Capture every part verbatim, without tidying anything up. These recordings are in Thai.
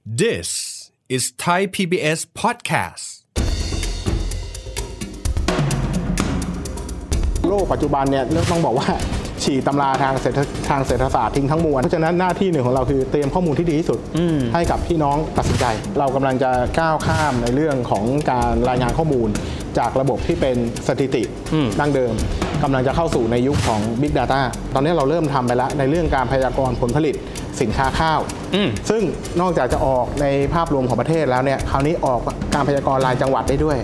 This is Thai พี บี เอส podcast โลกปัจจุบันเนี่ยต้องบอกว่าฉีกตำราทางเศรษฐทางเศรษฐศาสตร์ทิ้งทั้งมวลเพราะฉะนั้นหน้าที่หนึ่งของเราคือเตรียมข้อมูลที่ดีที่สุดให้กับพี่น้องตัดสินใจเรากำลังจะก้าวข้ามในเรื่องของการรายงานข้อมูลจากระบบที่เป็นสถิติดั้งเดิมกำลังจะเข้าสู่ในยุคของ Big Data ตอนนี้เราเริ่มทำไปแล้วในเรื่องการพยากรณ์ผลผลิตสินค้าข้าวซึ่งนอกจากจะออกในภาพรวมของประเทศแล้วเนี่ยคราวนี้ออกการพยากรณ์รายจังหวัดได้ด้วย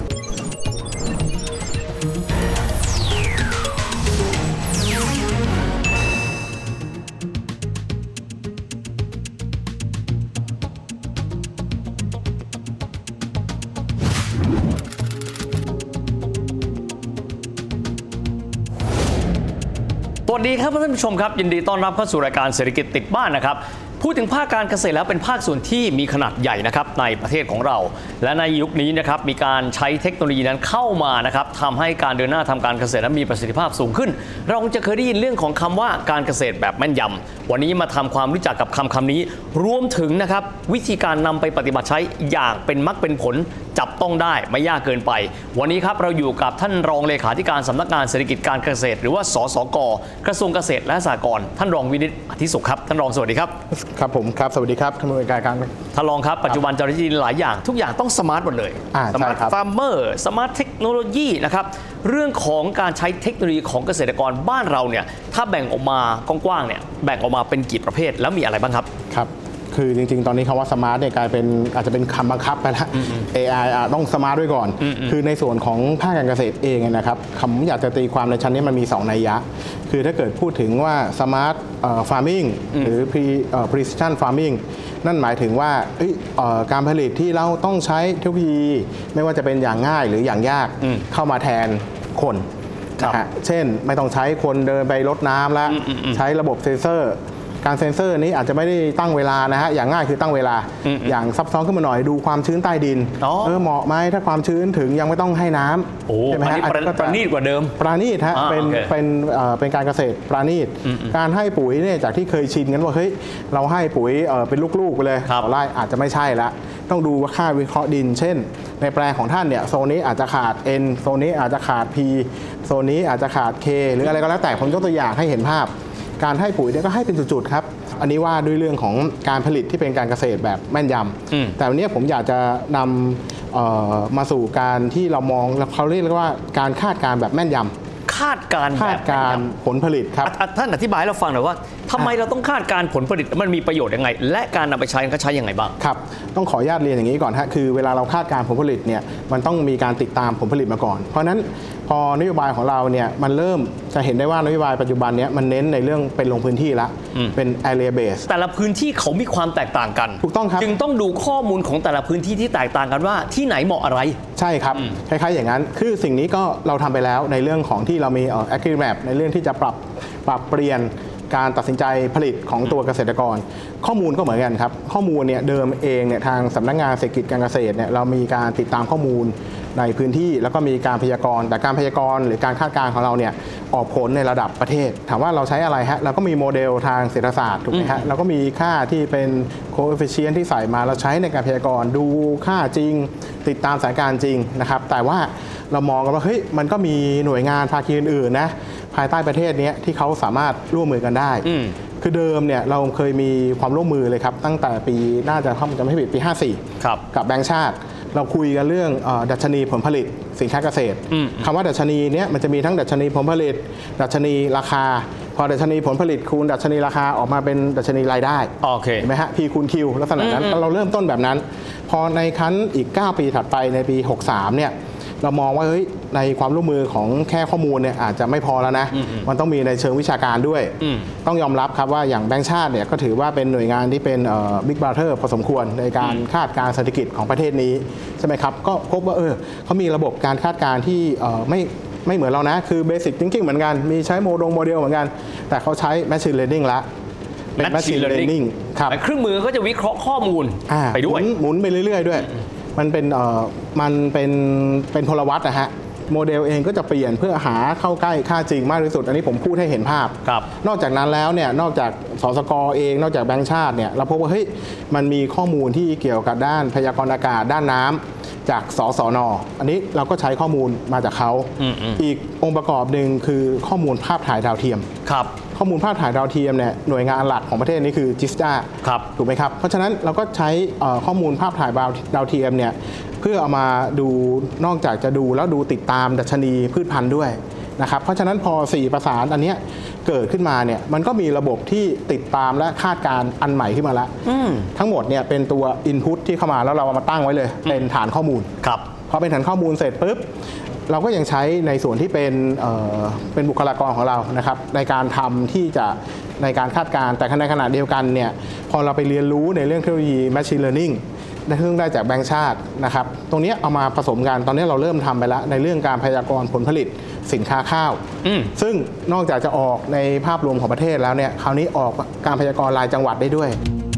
สวัสดีครับท่านผู้ชมครับยินดีต้อนรับเข้าสู่รายการเศรษฐกิจติดบ้านนะครับพูดถึงภาคการเกษตรแล้วเป็นภาคส่วนที่มีขนาดใหญ่นะครับในประเทศของเราและในยุคนี้นะครับมีการใช้เทคโนโลยีนั้นเข้ามานะครับทำให้การเดินหน้าทำการเกษตรนั้นมีประสิทธิภาพสูงขึ้นเราจะเคยได้ยินเรื่องของคำว่าการเกษตรแบบแม่นยำวันนี้มาทำความรู้จักกับคำคำนี้รวมถึงนะครับวิธีการนำไปปฏิบัติใช้อย่างเป็นมรรคเป็นผลจับต้องได้ไม่ยากเกินไปวันนี้ครับเราอยู่กับท่านรองเลขาธิการสำนักงานเศรษฐกิจการเกษตรหรือว่าสสก.กระทรวงเกษตรและสหกรณ์ท่านรองวินิจอธิสุขครับท่านรองสวัสดีครับครับผมครับสวัสดีครับท่านผู้บริการครับท่านรองครับปัจจุบันเทคโนโลยีหลายอย่างทุกอย่างต้องสมาร์ทหมดเลยสมาร์ทฟาร์มเมอร์สมาร์ทเทคโนโลยีนะครับเรื่องของการใช้เทคโนโลยีของเกษตรกรบ้านเราเนี่ยถ้าแบ่งออกมากว้างๆเนี่ยแบ่งออกมาเป็นกี่ประเภทแล้วมีอะไรบ้างครับครับคือจริงๆตอนนี้คำว่าสมาร์ทเนี่ยกลายเป็นอาจจะเป็นคำบังคับไปแล้ว เอ ไอ ต้องสมาร์ทด้วยก่อนคือในส่วนของภาคการเกษตรเองนะครับคำอยากจะตีความในชั้นนี้มันมีสองนัยยะคือถ้าเกิดพูดถึงว่าสมาร์ทฟาร์มิ่งหรือ precision farming นั่นหมายถึงว่าการผลิตที่เราต้องใช้เทคโนโลยีไม่ว่าจะเป็นอย่างง่ายหรืออย่างยากเข้ามาแทนคนนะฮะเช่นไม่ต้องใช้คนเดินไปรดน้ำแล้วใช้ระบบเซ็นเซอร์การเซ็นเซอร์นี้อาจจะไม่ได้ตั้งเวลานะฮะอย่างง่ายคือตั้งเวลา อ, อย่างซับซ้อนขึ้นมาหน่อยดูความชื้นใต้ดินเออเหมาะไหมถ้าความชื้นถึงยังไม่ต้องให้น้ำใช่ไหมฮะประณีตกว่าเดิมประณีตฮะเป็นเป็นเป็นการเกษตรประณีตการให้ปุ๋ยเนี่ยจากที่เคยชินกันว่าเฮ้ยเราให้ปุ๋ยเป็นลูกๆไปเลยต่อไร่อาจจะไม่ใช่ละต้องดูว่าค่าวิเคราะห์ดินเช่นในแปลงของท่านเนี่ยโซนนี้อาจจะขาด N โซนนี้อาจจะขาด P โซนนี้อาจจะขาด K หรืออะไรก็แล้วแต่ผมยกตัวอย่างให้เห็นภาพการให้ปุ๋ยเนี่ยก็ให้เป็นจุดๆครับอันนี้ว่าด้วยเรื่องของการผลิตที่เป็นการเกษตรแบบแม่นยำแต่วันนี้ผมอยากจะนำมาสู่การที่เรามองเขาเรียกว่าการคาดการณ์แบบแม่นยำคาดการณ์คาดการณ์ผลผลิตครับท่านอธิบายให้เราฟังหน่อยว่าทำไมเราต้องคาดการณ์ผลผลิตมันมีประโยชน์ยังไงและการนำไปใช้ก็ใช้ยังไงบ้างครับต้องขออนุญาตเรียนอย่างนี้ก่อนฮะคือเวลาเราคาดการณ์ผลผลิตเนี่ยมันต้องมีการติดตามผลผลิตมาก่อนเพราะนั้นพอนโยบายของเราเนี่ยมันเริ่มจะเห็นได้ว่านโยบายปัจจุบันนี้มันเน้นในเรื่องเป็นลงพื้นที่ละเป็น area base แต่ละพื้นที่เขามีความแตกต่างกันถูกต้องครับจึงต้องดูข้อมูลของแต่ละพื้นที่ที่แตกต่างกันว่าที่ไหนเหมาะอะไรใช่ครับคล้ายๆอย่างนั้นคือสิ่งนี้ก็เราทำไปแล้วในเรื่องของที่เรามีเอ่อ AgriMap ในเรื่องที่จะปรับปรับเปลี่ยนการตัดสินใจผลิตของตัวเกษตรกรข้อมูลก็เหมือนกันครับข้อมูลเนี่ยเดิมเองเนี่ยทางสำนักงานเศรษฐกิจการเกษตรเนี่ยเรามีการติดตามข้อมูลในพื้นที่แล้วก็มีการพยากรณ์แต่การพยากรณ์หรือการคาดการณ์ของเราเนี่ยออกผลในระดับประเทศถามว่าเราใช้อะไรฮะเราก็มีโมเดลทางเศรษฐศาสตร์ถูกไหมฮะเราก็มีค่าที่เป็น coefficient ที่ใส่มาเราใช้ในการพยากรณ์ดูค่าจริงติดตามสถานการณ์จริงนะครับแต่ว่าเรามองกันว่าเฮ้ยมันก็มีหน่วยงานภาคีอื่นๆนะภายใต้ประเทศนี้ที่เขาสามารถร่วมมือกันได้คือเดิมเนี่ยเราเคยมีความร่วมมือเลยครับตั้งแต่ปีน่าจะถ้าผมจำไม่ผิดปีห้าสี่กับแบงก์ชาติเราคุยกันเรื่องดัชนีผลผลิตสินค้าเกษตรคำว่าดัชนีเนี้ยมันจะมีทั้งดัชนีผลผลิตดัชนีราคาพอดัชนีผลผลิตคูณดัชนีราคาออกมาเป็นดัชนีรายได้เห็นไหมฮะ P คูณ Q ลักษณะนั้นเราเริ่มต้นแบบนั้นพอในครั้นอีกเก้าปีถัดไปในปีหกสามเนี่ยเรามองว่าเฮ้ยในความร่วมมือของแค่ข้อมูลเนี่ยอาจจะไม่พอแล้วนะมันต้องมีในเชิงวิชาการด้วยต้องยอมรับครับว่าอย่างแบงก์ชาติเนี่ยก็ถือว่าเป็นหน่วยงานที่เป็นบิ๊กบราเธอร์พอสมควรในการคาดการณ์เศรษฐกิจของประเทศนี้ใช่ไหมครับก็พบว่าเออเขามีระบบการคาดการณ์ที่ไม่ไม่เหมือนเรานะคือ Basic Thinking เหมือนกันมีใช้โมดงโมเดลเหมือนกันแต่เขาใช้ Machine Learning ละเป็น Machine Learning ครับเครื่องมือก็จะวิเคราะห์ข้อมูลไปด้วยหมุนไปเรื่อยๆด้วยมันเป็นเอ่อมันเป็นเป็นพลวัตนะฮะโมเดลเองก็จะเปลี่ยนเพื่อหาเข้าใกล้ค่าจริงมากที่สุดอันนี้ผมพูดให้เห็นภาพนอกจากนั้นแล้วเนี่ยนอกจากสสกเองนอกจากแบงก์ชาติเนี่ยเราพบว่าเฮ้ยมันมีข้อมูลที่เกี่ยวกับด้านพยากรณ์อากาศด้านน้ำจากสสน.อันนี้เราก็ใช้ข้อมูลมาจากเขา อ, อีกองค์ประกอบหนึ่งคือข้อมูลภาพถ่ายดาวเทียมครับข้อมูลภาพถ่ายดาวเทียมเนี่ยหน่วยงานหลักของประเทศนี้คือจิสตาถูกไหมครับเพราะฉะนั้นเราก็ใช้ข้อมูลภาพถ่ายดาวเทียมเนี่ยเพื่อเอามาดูนอกจากจะดูแล้วดูติดตามดัชนีพืชพันธุ์ด้วยนะครับเพราะฉะนั้นพอสี่ประสานอันนี้เกิดขึ้นมาเนี่ยมันก็มีระบบที่ติดตามและคาดการณ์อันใหม่ขึ้นมาแล้วทั้งหมดเนี่ยเป็นตัว input ที่เข้ามาแล้วเราเอามาตั้งไว้เลยเป็นฐานข้อมูลครับพอเป็นฐานข้อมูลเสร็จปุ๊บเราก็ยังใช้ในส่วนที่เป็นเอ่อเป็นบุคลากรของเรานะครับในการทำที่จะในการคาดการณ์แต่ในขณะเดียวกันเนี่ยพอเราไปเรียนรู้ในเรื่องเทคโนโลยี machine learning ได้เรื่องได้จากแบงก์ชาตินะครับตรงนี้เอามาผสมกันตอนนี้เราเริ่มทำไปแล้วในเรื่องการพยากรณ์ผลผลิตสินค้าข้าวซึ่งนอกจากจะออกในภาพรวมของประเทศแล้วเนี่ยคราวนี้ออกการพยากรณ์รายจังหวัดได้ด้วย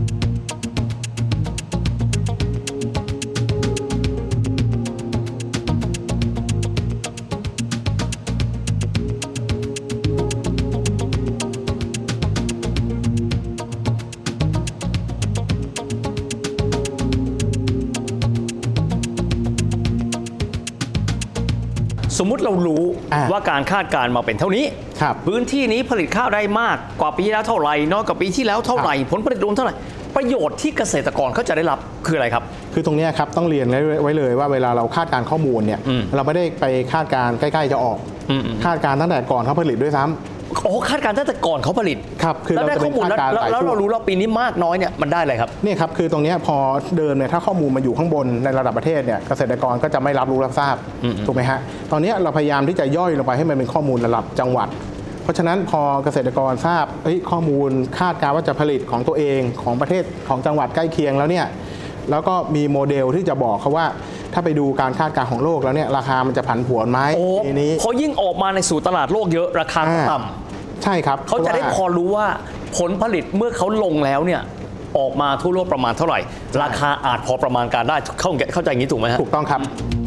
สมมุติเรารู้ว่าการคาดการณ์มาเป็นเท่านี้พื้นที่นี้ผลิตข้าวได้มากกว่าปีที่แล้วเท่าไหร่น้อยกว่าปีที่แล้วเท่าไหร่ผลผลิตรวมเท่าไหร่ประโยชน์ที่เกษตรกรเขาจะได้รับคืออะไรครับคือตรงนี้ครับต้องเรียนไว้เลยว่าเวลาเราคาดการณ์ข้อมูลเนี่ยเราไม่ได้ไปคาดการณ์ใกล้ๆจะออกคาดการณ์ตั้งแต่ก่อนเขาผลิตด้วยซ้ำโอ้คาดการณ์ตั้งแต่ก่อนเขาผลิตครับคือเราได้ข้อมูลแล้วเรารู้ว่าปีนี้มากน้อยเนี่ยมันได้เลยครับนี่ครับคือตรงนี้พอเดิมเนี่ยถ้าข้อมูลมาอยู่ข้างบนในระดับประเทศเนี่ยเกษตรกรก็จะไม่รับรู้รับทราบถูกไหมฮะตอนนี้เราพยายามที่จะย่อยลงไปให้มันเป็นข้อมูลระดับจังหวัดเพราะฉะนั้นพอเกษตรกรทราบข้อมูลคาดการณ์ว่าจะผลิตของตัวเองของประเทศของจังหวัดใกล้เคียงแล้วเนี่ยแล้วก็มีโมเดลที่จะบอกเขาว่าถ้าไปดูการคาดการณ์ของโลกแล้วเนี่ยราคามันจะผันผวนไหมทีนี้เขายิ่งออกมาในสู่ตลาดโลกเยอะราคาต่ำใช่ครับเขาจะได้พอรู้ว่าผลผลิตเมื่อเขาลงแล้วเนี่ยออกมาทั่วโลกประมาณเท่าไหร่ราคาอาจพอประมาณการได้เข้าเข้าใจอย่างนี้ถูกไหมฮะถูกต้องครับ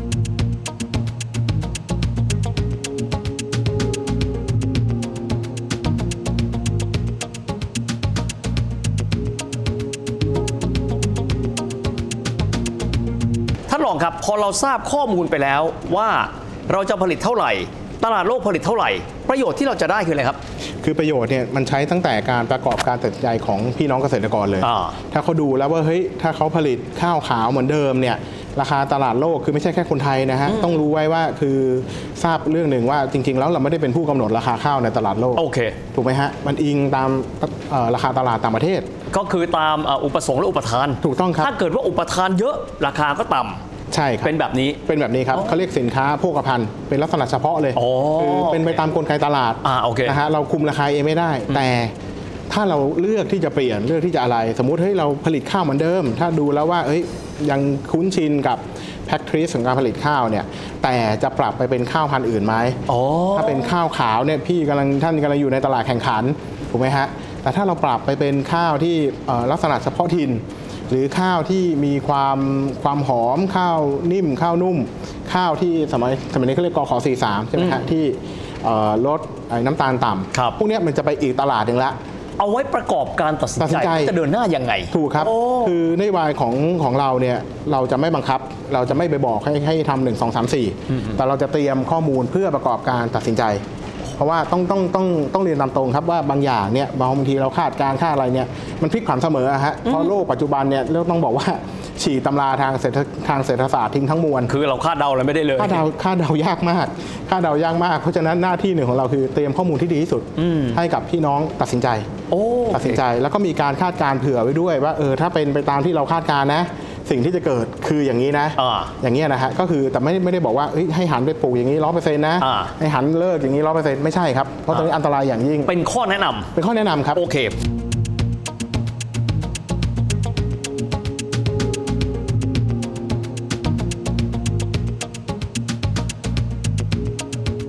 ท่านรองครับพอเราทราบข้อมูลไปแล้วว่าเราจะผลิตเท่าไหร่ตลาดโลกผลิตเท่าไหร่ประโยชน์ที่เราจะได้คืออะไรครับคือประโยชน์เนี่ยมันใช้ตั้งแต่การประกอบการตัดสินใจของพี่น้องเกษตรกรเลยถ้าเขาดูแล้วว่าเฮ้ยถ้าเขาผลิตข้าวขาวเหมือนเดิมเนี่ยราคาตลาดโลกคือไม่ใช่แค่คนไทยนะฮะต้องรู้ไว้ว่าคือทราบเรื่องหนึ่งว่าจริงๆแล้วเราไม่ได้เป็นผู้กำหนดราคาข้าวในตลาดโลกโอเคถูกไหมฮะมันอิงตามราคาตลาดต่างประเทศก็คือตามอุปสงค์และอุปทานถูกต้องครับถ้าเกิดว่าอุปทานเยอะราคาก็ต่ำใช่ครับเป็นแบบนี้เป็นแบบนี้ครับเขาเรียกสินค้าโภคภัณฑ์เป็นลักษณะเฉพาะเลยคือเป็นไปตามกลไกตลาดนะฮะเราคุมราคาเองไม่ได้แต่ถ้าเราเลือกที่จะเปลี่ยนเลือกที่จะอะไรสมมุติเฮ้ยเราผลิตข้าวเหมือนเดิมถ้าดูแล้วว่าเอ้ยยังคุ้นชินกับแพคทริสของการผลิตข้าวเนี่ยแต่จะปรับไปเป็นข้าวพันธุ์อื่นไหมถ้าเป็นข้าวขาวเนี่ยพี่กำลังท่านกำลังอยู่ในตลาดแข่งขันถูกไหมฮะแต่ถ้าเราปรับไปเป็นข้าวที่ลักษณะเฉพาะถิ่นหรือข้าวที่มีความความหอมข้าวนิ่มข้าวนุ่มข้าวที่สมัยสมัยนี้เขาเรียกกขอสี่สิบสามใช่ไหมฮะที่ลดน้ำตาลต่ำพวกนี้มันจะไปอีกตลาดหนึ่งละเอาไว้ประกอบการตัดสินใจจะเดินหน้ายังไงถูกครับคือนโยบายของของเราเนี่ยเราจะไม่บังคับเราจะไม่ไปบอกให้ให้ทำหนึ่งสองสามสี่แต่เราจะเตรียมข้อมูลเพื่อประกอบการตัดสินใจเพราะว่าต้องต้องต้องต้องเรียนตามตรงครับว่าบางอย่างเนี่ยบางทีเราคาดการค่าอะไรเนี่ยมันพลิกผันเสมอฮะเพราะโลกปัจจุบันเนี่ยเราต้องบอกว่าฉีกตำราทางเศรษฐทางเศรษฐศาสตร์ทิ้งทั้งมวลคือเราคาดเดาอะไรไม่ได้เลยคาดเดาคาดเดายากมากคาดเดายากมากเพราะฉะนั้นหน้าที่หนึ่งของเราคือเตรียมข้อมูลที่ดีที่สุดให้กับพี่น้องตัดสินใจตัดสินใจแล้วก็มีการคาดการเผื่อไว้ด้วยว่าเออถ้าเป็นไปตามที่เราคาดการนะสิ่งที่จะเกิดคืออย่างนี้นะ อ, อย่างนี้นะฮะก็คือแต่ไม่ไม่ได้บอกว่าให้หันไปปลูกอย่างนี้ร้อยเปอร์เซ็นต์นะให้หันเลิกอย่างนี้ร้อยเปอร์เซ็นต์ไม่ใช่ครับเพราะตรงนี้อันตรายอย่างยิ่งเป็นข้อแนะนำเป็นข้อแนะนำครับโอเคก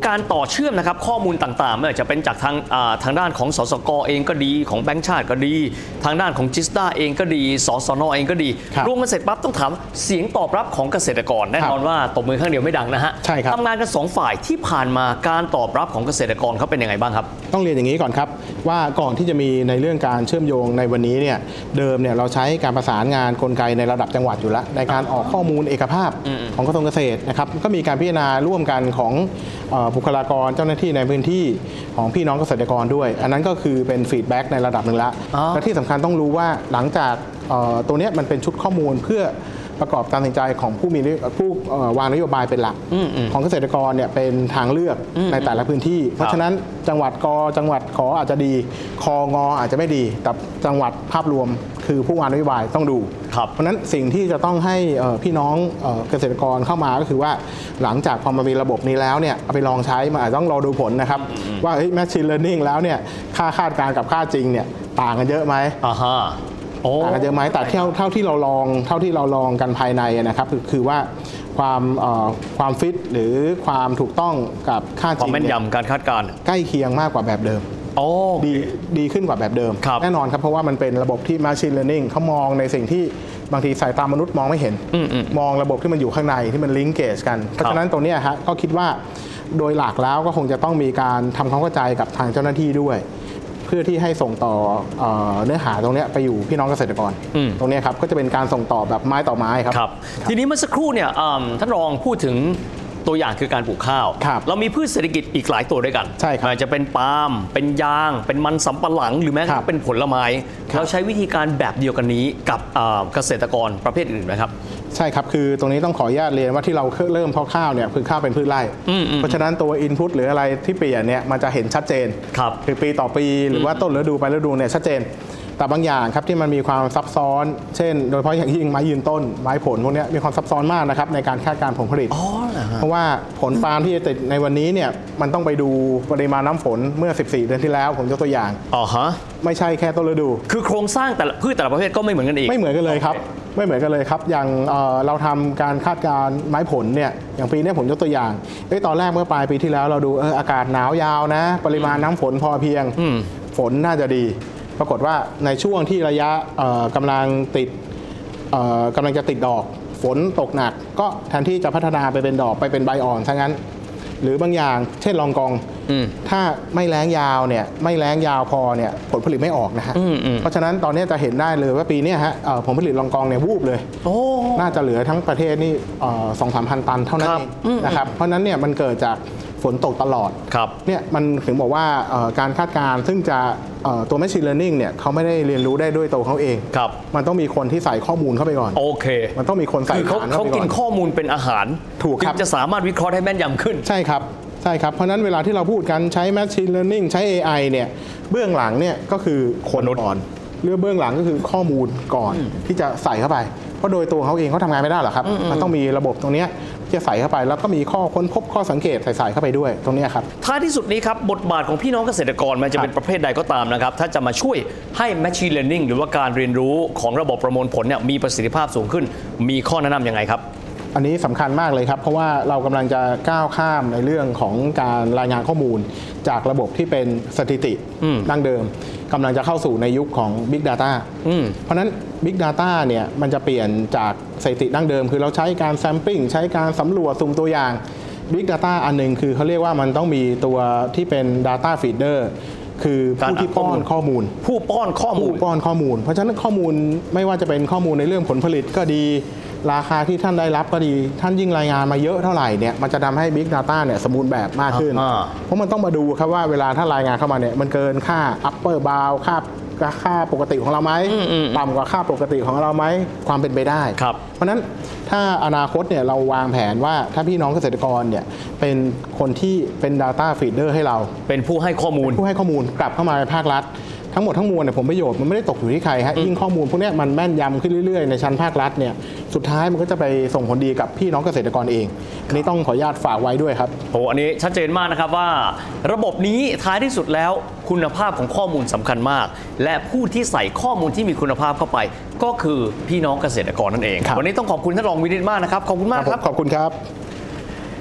การต่อเชื่อมนะครับข้อมูลต่างๆไม่ว่าจะเป็นจากทางทางด้านของสสกเองก็ดีของแบงก์ชาติก็ดีทางด้านของจิสดาเองก็ดีสสนเองก็ดีรวมกันเสร็จปั๊บต้องถามเสียงตอบรับของเกษตรกรแน่นอนว่าตบมือข้างเดียวไม่ดังนะฮะทำงานกันสองฝ่ายที่ผ่านมาการตอบรับของเกษตรกรเขาเป็นยังไงบ้างครับต้องเรียนอย่างนี้ก่อนครับว่าก่อนที่จะมีในเรื่องการเชื่อมโยงในวันนี้เนี่ยเดิมเนี่ยเราใช้การประสานงานกลไกในระดับจังหวัดอยู่แล้วในการออกข้อมูลเอกภาพของกระทรวงเกษตรนะครับก็มีการพิจารณาร่วมกันของบุคลากรเจ้าหน้าที่ในพื้นที่ของพี่น้องเกษตรกรด้วยอันนั้นก็คือเป็นฟีดแบ็กในระดับหนึ่งละและที่สำคัญต้องรู้ว่าหลังจากตัวนี้มันเป็นชุดข้อมูลเพื่อประกอบการตัดสินใจของผู้มีผู้วางนโยบายเป็นหลักของเกษตรกรเนี่ยเป็นทางเลือกในแต่ละพื้นที่เพราะฉะนั้นจังหวัดกจังหวัดขออาจจะดีคองออาจจะไม่ดีแต่จังหวัดภาพรวมคือผู้วางนโยบายต้องดูเพราะฉะนั้นสิ่งที่จะต้องให้พี่น้องเกษตรกรเข้ามาก็คือว่าหลังจากพอมามีระบบนี้แล้วเนี่ยเอาไปลองใช้มาอาจจะต้องรอดูผลนะครับว่า Machine Learning แล้วเนี่ยค่าคาดการณ์กับค่าจริงเนี่ยต่างกันเยอะไหมต่างกันเยอะไหมแต่เท่าเท่าที่เราลองเท่าที่เราลองกันภายในนะครับคือคือว่าความความฟิตหรือความถูกต้องกับค่าจริงความแม่นยำการคาดการณ์ใกล้เคียงมากกว่าแบบเดิมดีดีขึ้นกว่าแบบเดิมแน่นอนครับเพราะว่ามันเป็นระบบที่ Machine Learning เขามองในสิ่งที่บางทีสายตามนุษย์มองไม่เห็นมองระบบที่มันอยู่ข้างในที่มันลิงก์เกจกันเพราะฉะนั้นตรงนี้ฮะก็คิดว่าโดยหลักแล้วก็คงจะต้องมีการทำความเข้าใจกับทางเจ้าหน้าที่ด้วยเพื่อที่ให้ส่งต่อเนื้อหาตรงนี้ไปอยู่พี่น้องเกษตรกรตรงนี้ครับก็จะเป็นการส่งต่อแบบไม้ต่อไม้ครับทีนี้เมื่อสักครู่เนี่ยท่านรองพูดถึงตัวอย่างคือการปลูกข้าวเรามีพืชเศรษฐกิจอีกหลายตัวด้วยกันใช่ครับจะเป็นปาล์มเป็นยางเป็นมันสำปะหลังหรือแม้กระทั่งเป็นผลไม้เราใช้วิธีการแบบเดียวกันนี้กับเกษตรกรประเภทอื่นไหมครับใช่ครับคือตรงนี้ต้องขออนุญาตเรียนว่าที่เราเริ่มเพาะข้าวเนี่ยคือข้าวเป็นพืชไร่เพราะฉะนั้นตัวอินพุตหรืออะไรที่เปลี่ยนเนี่ยมันจะเห็นชัดเจนคือปีต่อปีหรือว่าต้นฤดูไปฤดูเนี่ยชัดเจนแต่บางอย่างครับที่มันมีความซับซ้อนเช่นโดยเฉพาะอย่างยิ่งไม้ยืนต้นไม้ผลพวกนี้มีความซับซ้อนมากนะครับในการคาดการณ์ผลผลิตเพราะว่าผลปาล์มที่จะติดในวันนี้เนี่ยมันต้องไปดูปริมาณน้ำฝนเมื่อสิบสี่เดือนที่แล้วผมยกตัวอย่างอ๋อฮะไม่ใช่แค่ต้นฤดูคือโครงสร้างแต่ละพืชแต่ละประเภทก็ไม่เหมือนกันอีกไม่เหมือนกันเลยครับไม่เหมือนกันเลยครับอย่างเราทำการคาดการณ์ไม้ผลเนี่ยอย่างปีนี้ผมยกตัวอย่างตอนแรกเมื่อปลายปีที่แล้วเราดูเอออากาศหนาวยาวนะปริมาณน้ำฝนพอเพียงฝนน่าจะดีปรากฏว่าในช่วงที่ระยะกำลังติดกำลังจะติดดอกฝนตกหนักก็แทนที่จะพัฒนาไปเป็นดอกไปเป็นใบอ่อนซะงั้นหรือบางอย่างเช่นลองกองถ้าไม่แล้งยาวเนี่ยไม่แล้งยาวพอเนี่ยผลผลิตไม่ออกนะฮะเพราะฉะนั้นตอนนี้จะเห็นได้เลยว่าปีนี้ฮะผลผลิตลองกองเนี่ยวูบเลยน่าจะเหลือทั้งประเทศนี่สองสามพันตันเท่านั้นเองนะครับเพราะนั้นเนี่ยมันเกิดจากฝนตกตลอดเนี่ยมันถึงบอกว่าการคาดการณ์ซึ่งจะตัว Machine Learning เนี่ยเขาไม่ได้เรียนรู้ได้ด้วยตัวเขาเองมันต้องมีคนที่ใส่ข้อมูลเข้าไปก่อนโอเคมันต้องมีคนใส่ฐานเข้าไปก่อนเขากินข้อมูลเป็นอาหารถูกครับจะสามารถวิเคราะห์ได้แม่นยำขึ้นใช่ครับใช่ครับเพราะนั้นเวลาที่เราพูดกันใช้ Machine Learning ใช้ เอ ไอ เนี่ยเบื้องหลังเนี่ยก็คือคนก่อนเรื่องเบื้องหลังก็คือข้อมูลก่อนที่จะใส่เข้าไปเพราะโดยตัวเขาเองเขาทำงานไม่ได้หรอกครับมันต้องมีระบบตรงนี้จะใส่เข้าไปแล้วก็มีข้อค้นพบข้อสังเกตใส่ๆเข้าไปด้วยตรงนี้ครับท้ายที่สุดนี้ครับบทบาทของพี่น้องเกษตรกรมันจะเป็นประเภทใดก็ตามนะครับถ้าจะมาช่วยให้ Machine Learning หรือว่าการเรียนรู้ของระบบประมวลผลเนี่ยมีประสิทธิภาพสูงขึ้นมีข้อแนะนำยังไงครับอันนี้สำคัญมากเลยครับเพราะว่าเรากำลังจะก้าวข้ามในเรื่องของการรายงานข้อมูลจากระบบที่เป็นสถิติดั้งเดิมกำลังจะเข้าสู่ในยุคของ Big Data เพราะฉะนั้น Big Data เนี่ยมันจะเปลี่ยนจากสถิติดั้งเดิมคือเราใช้การแซมปิ้งใช้การสำรวจสุ่มตัวอย่าง Big Data อันหนึ่งคือเขาเรียกว่ามันต้องมีตัวที่เป็น Data Feeder คือผู้ที่ป้อนข้อมูลผู้ป้อนข้อมูลผู้ป้อนข้อมูลเพราะฉะนั้นข้อมูลไม่ว่าจะเป็นข้อมูลในเรื่องผลผลิตก็ดีราคาที่ท่านได้รับก็ดีท่านยิ่งรายงานมาเยอะเท่าไหร่เนี่ยมันจะทำให้ Big Data เนี่ยสมบูรณ์แบบมากขึ้นเพราะมันต้องมาดูครับว่าเวลาถ้ารายงานเข้ามาเนี่ยมันเกินค่า upper bound ค่าค่าปกติของเราไหมต่ำกว่าค่าปกติของเราไหมความเป็นไปได้เพราะฉะนั้นถ้าอนาคตเนี่ยเราวางแผนว่าถ้าพี่น้องเกษตรกรเนี่ยเป็นคนที่เป็น Data Feeder ให้เราเป็นผู้ให้ข้อมูลผู้ให้ข้อมูลกลับเข้ามาในภาครัฐทั้งหมดทั้งมวลเนี่ยผมประโยชน์มันไม่ได้ตกอยู่ที่ใครฮะยิ่งข้อมูลพวกนี้มันแม่นยำขึ้นเรื่อยๆในชั้นภาครัฐเนี่ยสุดท้ายมันก็จะไปส่งผลดีกับพี่น้องเกษตรกรเองอันนี้ต้องขออนุญาตฝากไว้ด้วยครับโอ้อันนี้ชัดเจนมากนะครับว่าระบบนี้ท้ายที่สุดแล้วคุณภาพของข้อมูลสำคัญมากและผู้ที่ใส่ข้อมูลที่มีคุณภาพเข้าไปก็คือพี่น้องเกษตรกรนั่นเองวันนี้ต้องขอบคุณท่านรองวินิตมากนะครับขอบคุณมากครับขอบคุณครับ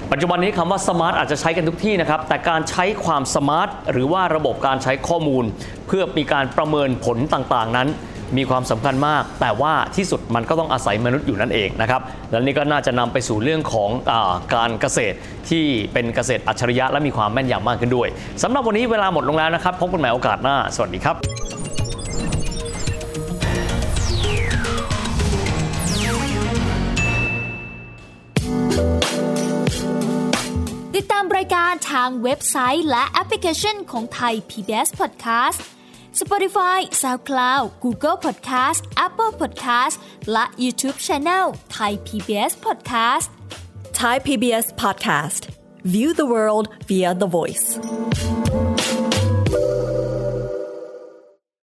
ปัจจุบันนี้คำว่าสมาร์ทอาจจะใช้กันทุกที่นะครับแต่การใช้ความสมาร์ทหรือว่าระบบการใช้ข้อมูลเพื่อมีการประเมินผลต่างๆนั้นมีความสำคัญมากแต่ว่าที่สุดมันก็ต้องอาศัยมนุษย์อยู่นั่นเองนะครับและนี่ก็น่าจะนำไปสู่เรื่องของอาการเกษตรที่เป็นเกษตรอัจฉริยะและมีความแม่นยำมากขึ้นด้วยสำหรับวันนี้เวลาหมดลงแล้วนะครับพบกันใหม่โอกาสหน้าสวัสดีครับติดตามรายการทางเว็บไซต์และแอปพลิเคชันของไทย พี บี เอส Podcast Spotify, SoundCloud, Google Podcast, Apple Podcast และ YouTube Channel Thai พี บี เอส Podcast Thai พี บี เอส Podcast. View the world via the voice.